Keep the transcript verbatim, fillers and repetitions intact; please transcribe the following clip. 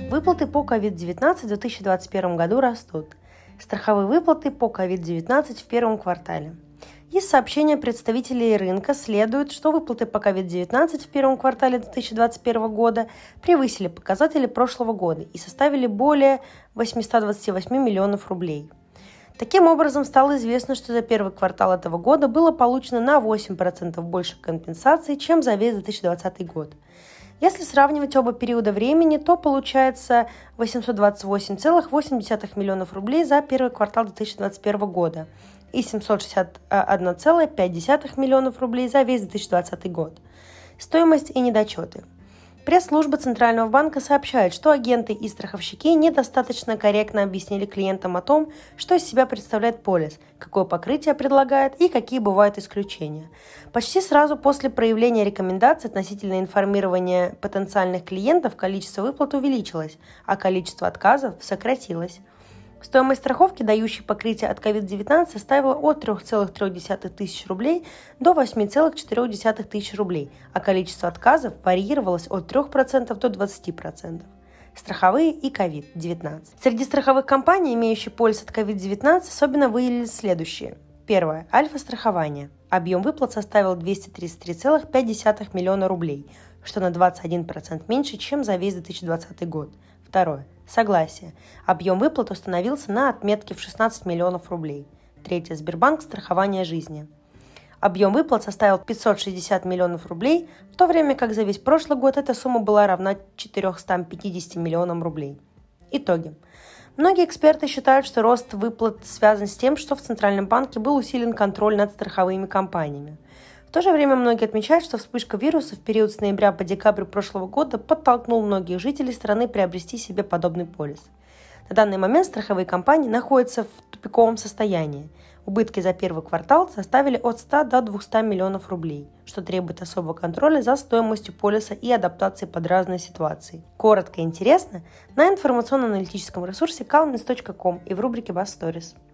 Выплаты по ковид девятнадцать в две тысячи двадцать первом году растут. Страховые выплаты по ковид девятнадцать в первом квартале. Из сообщения представителей рынка следует, что выплаты по ковид девятнадцать в первом квартале две тысячи двадцать первого года превысили показатели прошлого года и составили более восемьсот двадцать восемь миллионов рублей. Таким образом, стало известно, что за первый квартал этого года было получено на восемь процентов больше компенсаций, чем за весь две тысячи двадцатый год. Если сравнивать оба периода времени, то получается восемьсот двадцать восемь целых восемь десятых миллионов рублей за первый квартал две тысячи двадцать первого года и семьсот шестьдесят один целых пять десятых миллионов рублей за весь две тысячи двадцатый год. Стоимость и недочеты. Пресс-служба Центрального банка сообщает, что агенты и страховщики недостаточно корректно объяснили клиентам о том, что из себя представляет полис, какое покрытие предлагает и какие бывают исключения. Почти сразу после проявления рекомендаций относительно информирования потенциальных клиентов количество выплат увеличилось, а количество отказов сократилось. Стоимость страховки, дающей покрытие от ковид девятнадцать, составила от трёх целых трёх десятых тысяч рублей до восьми целых четырёх десятых тысяч рублей, а количество отказов варьировалось от трёх процентов до двадцати процентов. Страховые и ковид девятнадцать. Среди страховых компаний, имеющих полис от ковид девятнадцать, особенно выявились следующие. Первое. Альфа-страхование. Объем выплат составил двести тридцать три целых пять десятых миллиона рублей, что на двадцать один процент меньше, чем за весь две тысячи двадцатый год. Второе. Согласие. Объем выплат установился на отметке в шестнадцать миллионов рублей. Третье. Сбербанк страхование жизни. Объем выплат составил пятьсот шестьдесят миллионов рублей, в то время как за весь прошлый год эта сумма была равна четырёмстам пятидесяти миллионам рублей. Итоги. Многие эксперты считают, что рост выплат связан с тем, что в Центральном банке был усилен контроль над страховыми компаниями. В то же время многие отмечают, что вспышка вируса в период с ноября по декабрь прошлого года подтолкнул многих жителей страны приобрести себе подобный полис. На данный момент страховые компании находятся в тупиковом состоянии. Убытки за первый квартал составили от ста до двухсот миллионов рублей, что требует особого контроля за стоимостью полиса и адаптации под разные ситуации. Коротко и интересно на информационно-аналитическом ресурсе calmins точка ком и в рубрике Bass Stories.